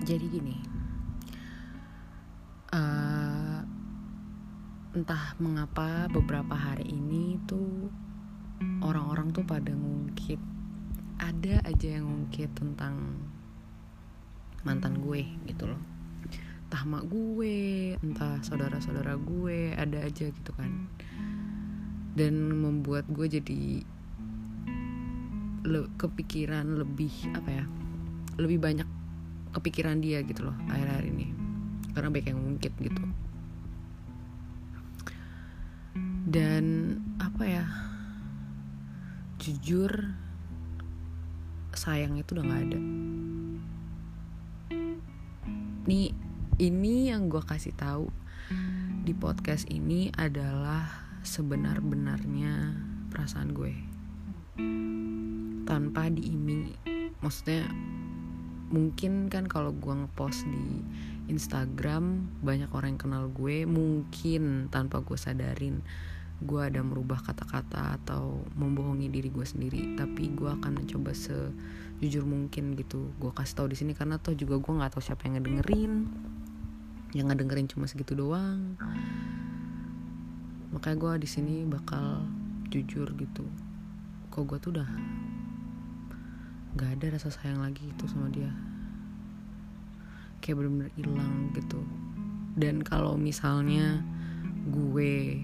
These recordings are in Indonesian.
Jadi gini, uh, entah mengapa beberapa hari ini tuh orang-orang tuh pada ngungkit, ada aja yang ngungkit tentang mantan gue gitu loh. Entah mak gue, entah saudara-saudara gue, ada aja gitu kan. Dan membuat gue jadi kepikiran lebih lebih banyak kepikiran dia gitu loh akhir-akhir ini, karena banyak yang ngungkit gitu. Dan jujur sayang itu udah gak ada. Ini yang gue kasih tahu di podcast ini adalah sebenar-benarnya perasaan gue, tanpa diiming. Maksudnya mungkin kan kalau gue ngepost di Instagram banyak orang yang kenal gue, mungkin tanpa gue sadarin gue ada merubah kata-kata atau membohongi diri gue sendiri. Tapi gue akan mencoba sejujur mungkin gitu gue kasih tahu di sini, karena toh juga gue nggak tahu siapa yang ngedengerin cuma segitu doang. Makanya gue di sini bakal jujur gitu, kok gue tuh udah gak ada rasa sayang lagi gitu sama dia, kayak bener-bener hilang gitu. Dan kalau misalnya gue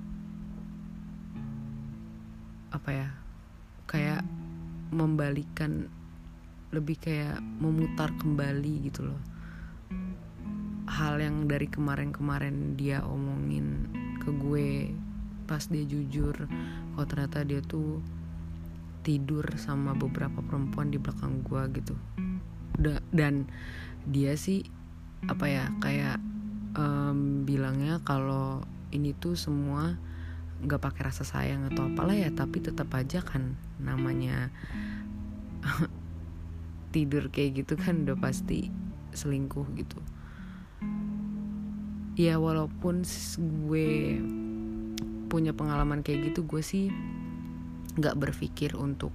kayak membalikan, lebih kayak memutar kembali gitu loh, hal yang dari kemarin-kemarin dia omongin ke gue pas dia jujur kalau ternyata dia tuh tidur sama beberapa perempuan di belakang gue gitu. Dan dia sih kayak bilangnya kalau ini tuh semua nggak pakai rasa sayang atau apalah ya, tapi tetap aja kan namanya tidur kayak gitu kan udah pasti selingkuh gitu. Ya walaupun gue punya pengalaman kayak gitu, gue sih nggak berpikir untuk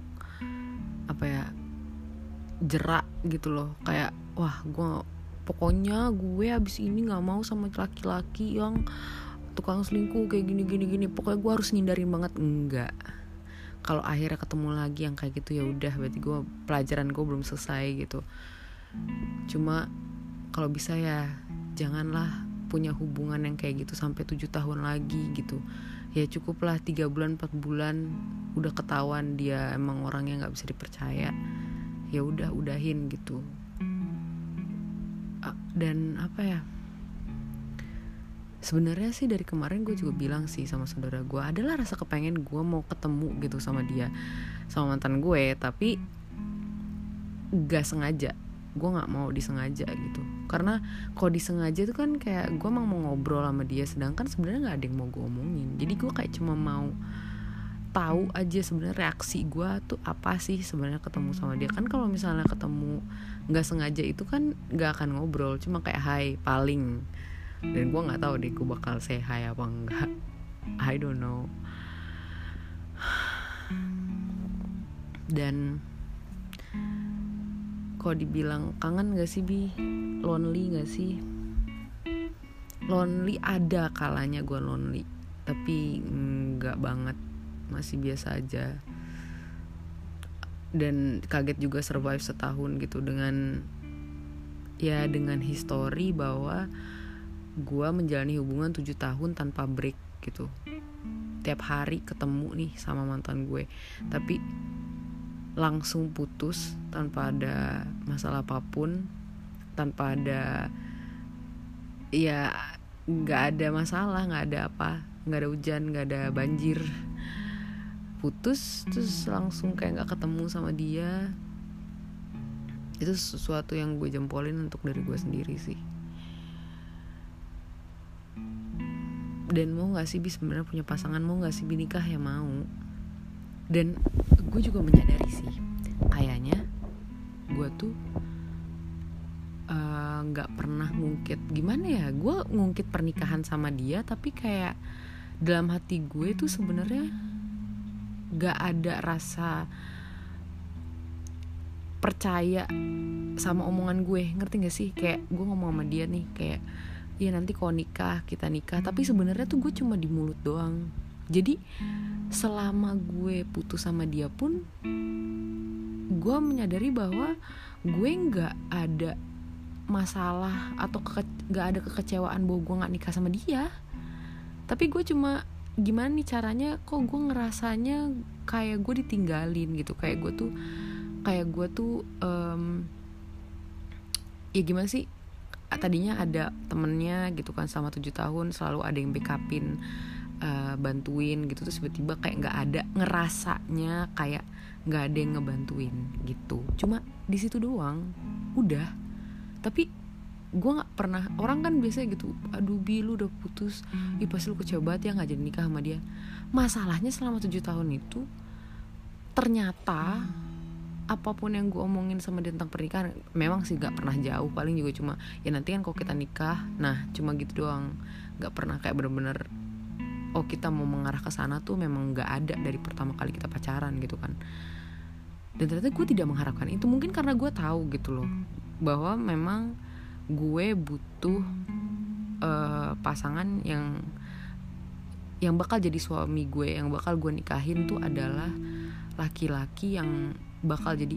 jerak gitu loh, kayak wah pokoknya gue abis ini nggak mau sama laki-laki yang tukang selingkuh kayak gini, pokoknya gue harus ngindarin banget. Enggak, kalau akhirnya ketemu lagi yang kayak gitu ya udah, berarti gue pelajaran gue belum selesai gitu. Cuma kalau bisa ya janganlah punya hubungan yang kayak gitu sampai 7 tahun lagi gitu. Ya cukuplah 3 bulan 4 bulan udah ketahuan dia emang orang yang nggak bisa dipercaya, ya udah udahin gitu. Dan sebenarnya sih dari kemarin gue juga bilang sih sama saudara gue, adalah rasa kepengen gue mau ketemu gitu sama dia, sama mantan gue, tapi gak sengaja. Gue gak mau disengaja gitu, karena kalau disengaja tuh kan kayak gue emang mau ngobrol sama dia, sedangkan sebenarnya gak ada yang mau gue omongin. Jadi gue kayak cuma mau tahu aja sebenarnya reaksi gue tuh apa sih sebenarnya ketemu sama dia. Kan kalau misalnya ketemu nggak sengaja itu kan nggak akan ngobrol, cuma kayak hai paling. Dan gue nggak tahu deh gue bakal say hi apa enggak, I don't know. Dan kalau dibilang kangen nggak sih Bi, lonely nggak sih? Lonely, ada kalanya gue lonely, tapi nggak banget, masih biasa aja. Dan kaget juga survive setahun gitu dengan history bahwa gue menjalani hubungan 7 tahun tanpa break gitu. Tiap hari ketemu nih sama mantan gue, tapi langsung putus tanpa ada masalah apapun, tanpa ada nggak ada masalah, nggak ada apa, nggak ada hujan, nggak ada banjir. Putus terus langsung kayak nggak ketemu sama dia. Itu sesuatu yang gue jempolin untuk diri gue sendiri sih. Dan mau nggak sih Bi sebenarnya punya pasangan, mau nggak sih Bi nikah? Ya mau. Dan gue juga menyadari sih kayaknya gue tuh nggak pernah ngungkit, gimana ya, gue ngungkit pernikahan sama dia, tapi kayak dalam hati gue tuh sebenarnya gak ada rasa percaya sama omongan gue, ngerti gak sih? Kayak gue ngomong sama dia nih kayak, ya nanti kalau nikah kita nikah, tapi sebenarnya tuh gue cuma di mulut doang. Jadi selama gue putus sama dia pun gue menyadari bahwa gue nggak ada masalah atau nggak ada kekecewaan bahwa gue nggak nikah sama dia. Tapi gue cuma gimana nih caranya, kok gue ngerasanya kayak gue ditinggalin gitu, kayak gue tuh ya gimana sih, tadinya ada temennya gitu kan selama 7 tahun, selalu ada yang backupin, bantuin gitu, terus tiba-tiba kayak nggak ada, ngerasanya kayak nggak ada yang ngebantuin gitu, cuma di situ doang udah. Tapi gue nggak pernah, orang kan biasanya gitu, aduh Bi lu udah putus, ih pasti lu kecewa banget ya nggak jadi nikah sama dia. Masalahnya selama 7 tahun itu ternyata apapun yang gue omongin sama dia tentang pernikahan, memang sih gak pernah jauh, paling juga cuma ya nanti kan kalau kita nikah, nah cuma gitu doang. Gak pernah kayak bener-bener oh kita mau mengarah ke sana tuh, memang gak ada dari pertama kali kita pacaran gitu kan. Dan ternyata gue tidak mengharapkan itu, mungkin karena gue tahu gitu loh bahwa memang gue butuh pasangan yang bakal jadi suami gue, yang bakal gue nikahin tuh adalah laki-laki yang bakal jadi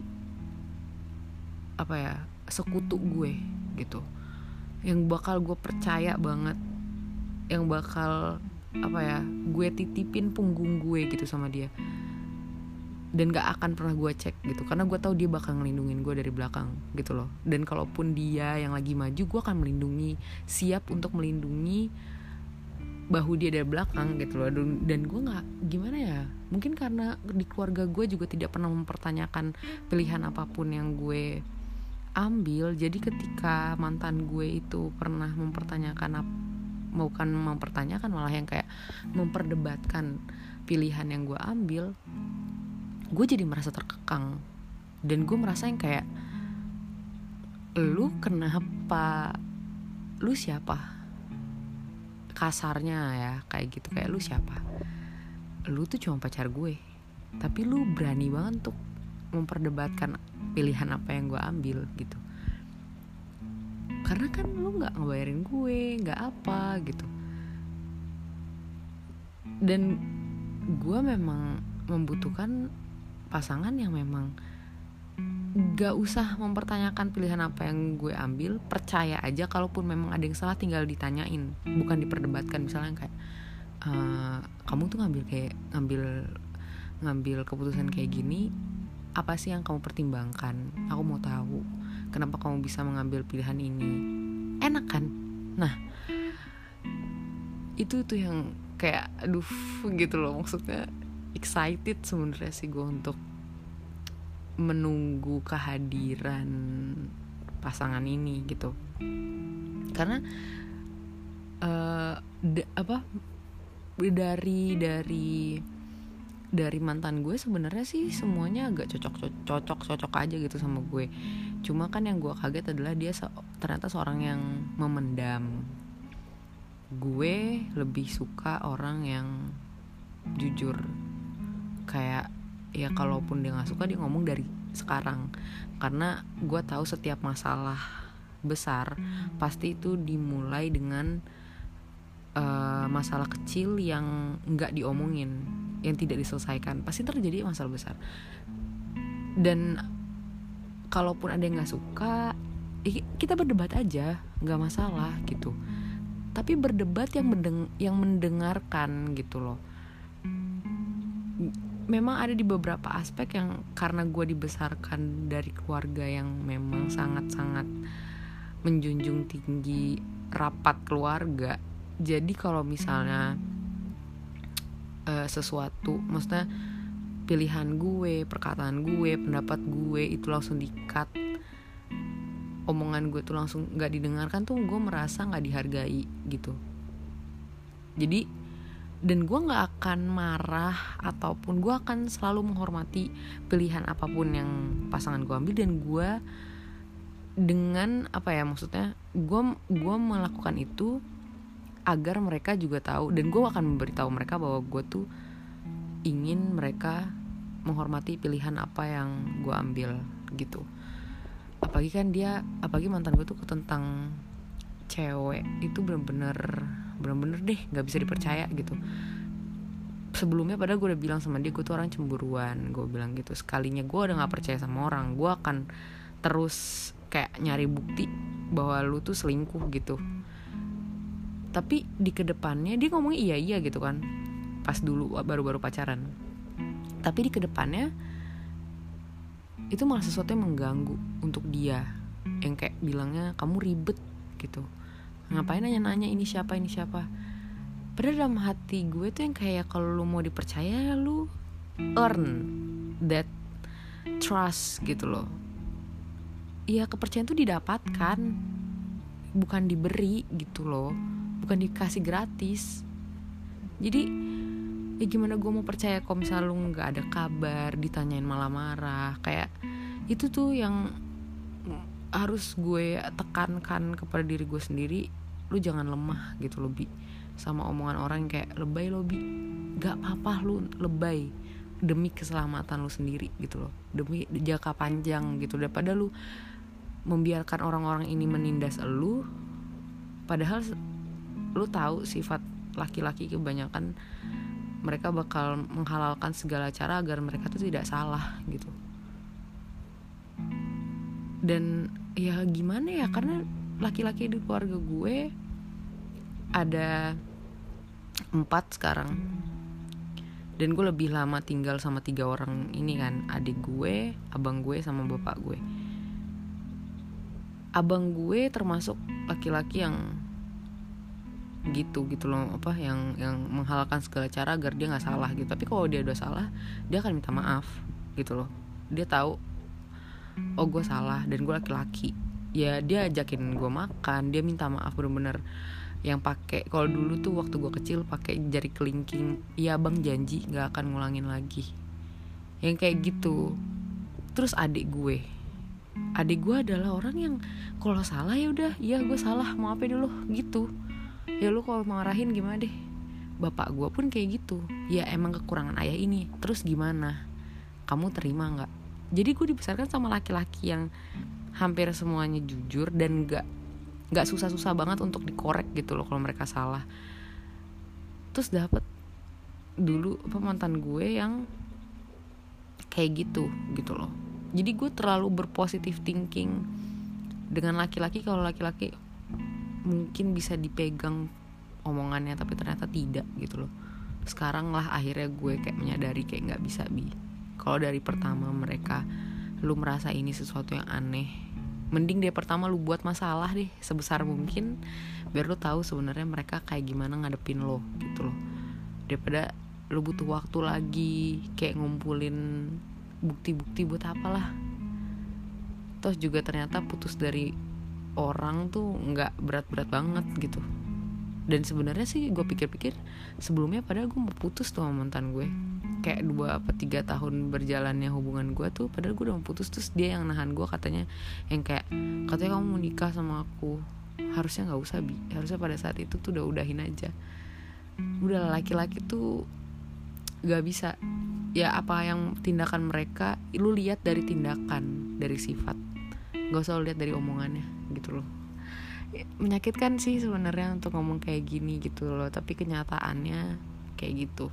sekutu gue gitu, yang bakal gue percaya banget, yang bakal gue titipin punggung gue gitu sama dia, dan gak akan pernah gue cek gitu, karena gue tahu dia bakal ngelindungin gue dari belakang gitu loh. Dan kalaupun dia yang lagi maju, gue akan melindungi, siap untuk melindungi bahu dia dari belakang gitu loh. Dan gue nggak, gimana ya, mungkin karena di keluarga gue juga tidak pernah mempertanyakan pilihan apapun yang gue ambil. Jadi ketika mantan gue itu pernah mempertanyakan, bukan mempertanyakan, malah yang kayak memperdebatkan pilihan yang gue ambil, gue jadi merasa terkekang. Dan gue merasa yang kayak, lu kenapa, lu siapa, kasarnya ya kayak gitu, kayak lu siapa, lu tuh cuma pacar gue, tapi lu berani banget untuk memperdebatkan pilihan apa yang gue ambil gitu, karena kan lu nggak ngebayarin gue, nggak apa gitu. Dan gue memang membutuhkan pasangan yang memang gak usah mempertanyakan pilihan apa yang gue ambil, percaya aja kalaupun memang ada yang salah tinggal ditanyain, bukan diperdebatkan. Misalnya kayak kamu tuh ngambil keputusan kayak gini, apa sih yang kamu pertimbangkan, aku mau tahu kenapa kamu bisa mengambil pilihan ini, enak kan? Nah itu tuh yang kayak aduh gitu loh, maksudnya excited sebenarnya sih gue untuk menunggu kehadiran pasangan ini gitu. Karena dari mantan gue sebenarnya sih semuanya agak cocok aja gitu sama gue. Cuma kan yang gue kaget adalah dia ternyata seorang yang memendam. Gue lebih suka orang yang jujur, kayak ya kalaupun dia nggak suka, dia ngomong dari sekarang. Karena gue tahu setiap masalah besar pasti itu dimulai dengan masalah kecil yang nggak diomongin, yang tidak diselesaikan, pasti terjadi masalah besar. Dan kalaupun ada yang nggak suka, kita berdebat aja, nggak masalah gitu. Tapi berdebat yang mendengarkan gitu loh. Memang ada di beberapa aspek yang karena gue dibesarkan dari keluarga yang memang sangat-sangat menjunjung tinggi rapat keluarga. Jadi kalau misalnya sesuatu, maksudnya pilihan gue, perkataan gue, pendapat gue itu langsung di-cut, omongan gue tuh langsung gak didengarkan, tuh gue merasa gak dihargai gitu. Jadi dan gue gak akan marah, ataupun gue akan selalu menghormati pilihan apapun yang pasangan gue ambil. Dan gue dengan maksudnya gue melakukan itu agar mereka juga tahu, dan gue akan memberitahu mereka bahwa gue tuh ingin mereka menghormati pilihan apa yang gue ambil gitu. Apalagi mantan gue tuh tentang cewek itu bener-bener deh nggak bisa dipercaya gitu. Sebelumnya padahal gue udah bilang sama dia, gue tuh orang cemburuan, gue bilang gitu. Sekalinya gue udah nggak percaya sama orang, gue akan terus kayak nyari bukti bahwa lu tuh selingkuh gitu. Tapi di kedepannya dia ngomongnya iya gitu kan, pas dulu baru-baru pacaran. Tapi di kedepannya itu malah sesuatu yang mengganggu untuk dia, yang kayak bilangnya kamu ribet gitu, ngapain nanya-nanya ini siapa. Padahal dalam hati gue tuh yang kayak kalau lu mau dipercaya, lu earn that trust gitu loh. Ya kepercayaan tuh didapatkan, bukan diberi gitu loh, bukan dikasih gratis. Jadi ya gimana gue mau percaya kalau misalnya lu gak ada kabar, ditanyain malah marah. Kayak itu tuh yang harus gue tekankan kepada diri gue sendiri. Lu jangan lemah gitu loh, Bi, sama omongan orang yang kayak lebay lo, Bi. Gak apa-apa lu lebay, demi keselamatan lu sendiri gitu loh, demi jangka panjang gitu, daripada lu membiarkan orang-orang ini menindas lu. Padahal lu tahu sifat laki-laki kebanyakan mereka bakal menghalalkan segala cara agar mereka tuh tidak salah gitu. Dan ya gimana ya, karena laki-laki di keluarga gue ada 4 sekarang, dan gue lebih lama tinggal sama 3 orang ini kan, adik gue, abang gue, sama bapak gue. Abang gue termasuk laki-laki yang gitu loh, yang menghalalkan segala cara agar dia nggak salah gitu. Tapi kalau dia udah salah, dia akan minta maaf gitu loh. Dia tahu, oh gue salah dan gue laki-laki, ya dia ajakin gue makan, dia minta maaf bener-bener. Yang pakai, kalau dulu tuh waktu gue kecil pakai jari kelingking, ya bang janji nggak akan ngulangin lagi, yang kayak gitu. Terus adik gue adalah orang yang kalau salah ya udah, ya gue salah, maafin dulu gitu. Ya lu kalau marahin gimana deh. Bapak gue pun kayak gitu, ya emang kekurangan ayah ini, terus gimana, kamu terima nggak? Jadi gue dibesarkan sama laki-laki yang hampir semuanya jujur dan nggak susah-susah banget untuk dikorek gitu loh kalau mereka salah. Terus dapet dulu mantan gue yang kayak gitu loh. Jadi gue terlalu berpositif thinking dengan laki-laki, kalau laki-laki mungkin bisa dipegang omongannya, tapi ternyata tidak gitu loh. Sekarang lah akhirnya gue kayak menyadari kayak nggak bisa, Bi. Kalau dari pertama mereka lu merasa ini sesuatu yang aneh, mending dari pertama lu buat masalah deh sebesar mungkin, biar lu tahu sebenarnya mereka kayak gimana ngadepin lo gitu loh, daripada lu butuh waktu lagi kayak ngumpulin bukti-bukti buat apalah. Terus juga ternyata putus dari orang tuh nggak berat-berat banget gitu. Dan sebenarnya sih gue pikir-pikir sebelumnya padahal gue mau putus tuh sama mantan gue, kayak 2-3 tahun berjalannya hubungan gue tuh, padahal gue udah mau putus. Terus dia yang nahan gue, katanya kamu mau nikah sama aku. Harusnya nggak usah, Bi. Harusnya pada saat itu tuh udahin aja. Udah, laki-laki tuh nggak bisa ya, apa yang tindakan mereka lu lihat dari tindakan, dari sifat, nggak usah lihat dari omongannya gitu loh. Menyakitkan sih sebenarnya untuk ngomong kayak gini gitu loh, tapi kenyataannya kayak gitu.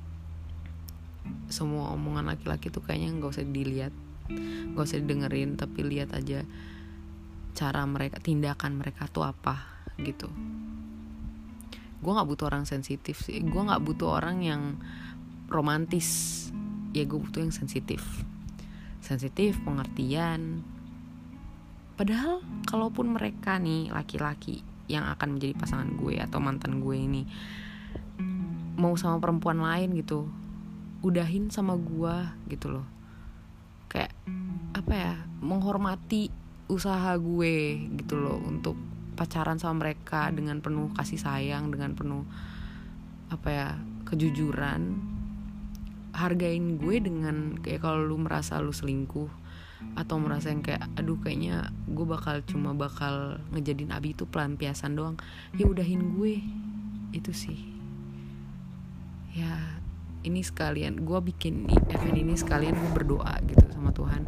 Semua omongan laki-laki tuh kayaknya nggak usah dilihat, nggak usah didengerin, tapi lihat aja cara mereka, tindakan mereka tuh apa gitu. Gue nggak butuh orang sensitif sih, gue nggak butuh orang yang romantis, ya gue butuh yang sensitif, pengertian. Padahal kalaupun mereka nih laki-laki yang akan menjadi pasangan gue atau mantan gue ini mau sama perempuan lain gitu, udahin sama gue gitu loh. Kayak apa ya, menghormati usaha gue gitu loh untuk pacaran sama mereka dengan penuh kasih sayang, dengan penuh kejujuran. Hargain gue dengan kayak kalau lu merasa lu selingkuh atau merasa yang kayak aduh kayaknya gue bakal ngejadiin Abi itu pelampiasan doang, ya udahin gue. Itu sih ya, ini sekalian, gue bikin event ini sekalian gue berdoa gitu sama Tuhan.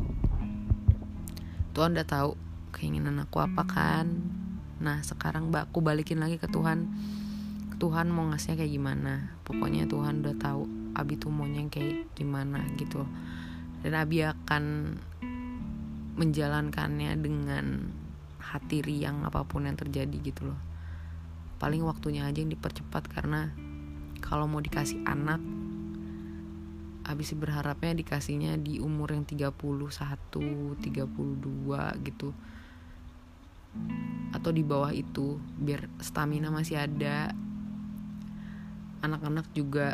Tuhan udah tahu keinginan aku apa kan. Nah sekarang aku balikin lagi ke Tuhan. Tuhan mau ngasihnya kayak gimana. Pokoknya Tuhan udah tahu Abi tuh maunya kayak gimana gitu. Dan Abi akan menjalankannya dengan hati riang apapun yang terjadi gitu loh. Paling waktunya aja yang dipercepat, karena kalau mau dikasih anak, Abi sih berharapnya dikasihnya di umur yang 31, 32 gitu, atau di bawah itu, biar stamina masih ada. Anak-anak juga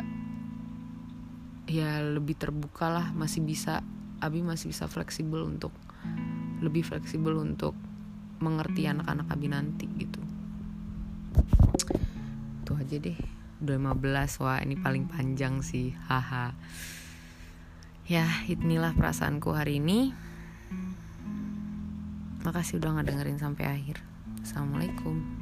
ya lebih terbuka lah, masih bisa, Abi masih bisa lebih fleksibel untuk mengerti anak-anak Abi nanti gitu. Tuh aja deh, udah 15. Wah ini paling panjang sih, haha. Ya inilah perasaanku hari ini. Makasih udah ngedengerin sampai akhir. Assalamualaikum.